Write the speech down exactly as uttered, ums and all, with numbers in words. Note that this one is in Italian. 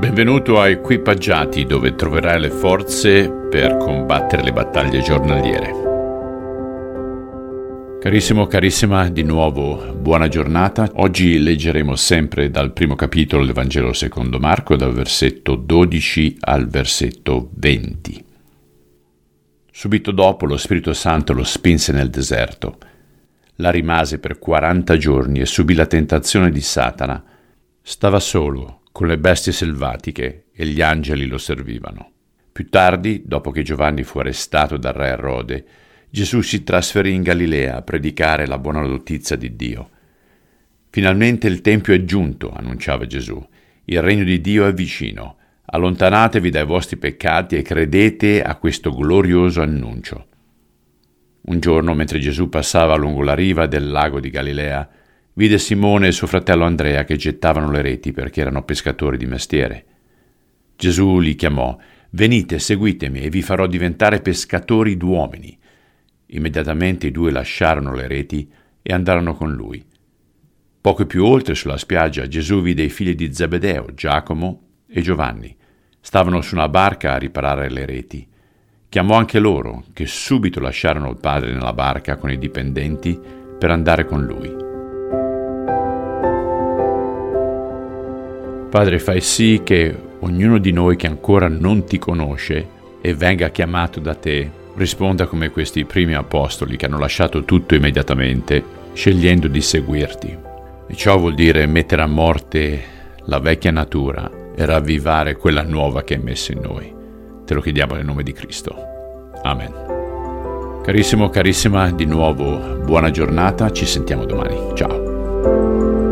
Benvenuto a Equipaggiati, dove troverai le forze per combattere le battaglie giornaliere. Carissimo, carissima, di nuovo buona giornata. Oggi leggeremo sempre dal primo capitolo del Vangelo secondo Marco, dal versetto dodici al versetto venti. Subito dopo lo Spirito Santo lo spinse nel deserto. Là rimase per quaranta giorni e subì la tentazione di Satana. Stava solo con le bestie selvatiche e gli angeli lo servivano. Più tardi, dopo che Giovanni fu arrestato dal re Erode, Gesù si trasferì in Galilea a predicare la buona notizia di Dio. Finalmente il tempio è giunto, annunciava Gesù. Il regno di Dio è vicino. Allontanatevi dai vostri peccati e credete a questo glorioso annuncio. Un giorno, mentre Gesù passava lungo la riva del lago di Galilea, vide Simone e suo fratello Andrea che gettavano le reti perché erano pescatori di mestiere. Gesù li chiamò: «Venite, seguitemi e vi farò diventare pescatori d'uomini». Immediatamente i due lasciarono le reti e andarono con lui. Poco più oltre sulla spiaggia Gesù vide i figli di Zebedeo, Giacomo e Giovanni. Stavano su una barca a riparare le reti. Chiamò anche loro, che subito lasciarono il padre nella barca con i dipendenti per andare con lui. Padre, fai sì che ognuno di noi che ancora non ti conosce e venga chiamato da te risponda come questi primi apostoli che hanno lasciato tutto immediatamente, scegliendo di seguirti. E ciò vuol dire mettere a morte la vecchia natura e ravvivare quella nuova che hai messo in noi. Te lo chiediamo nel nome di Cristo. Amen. Carissimo, carissima, di nuovo buona giornata, ci sentiamo domani. Ciao.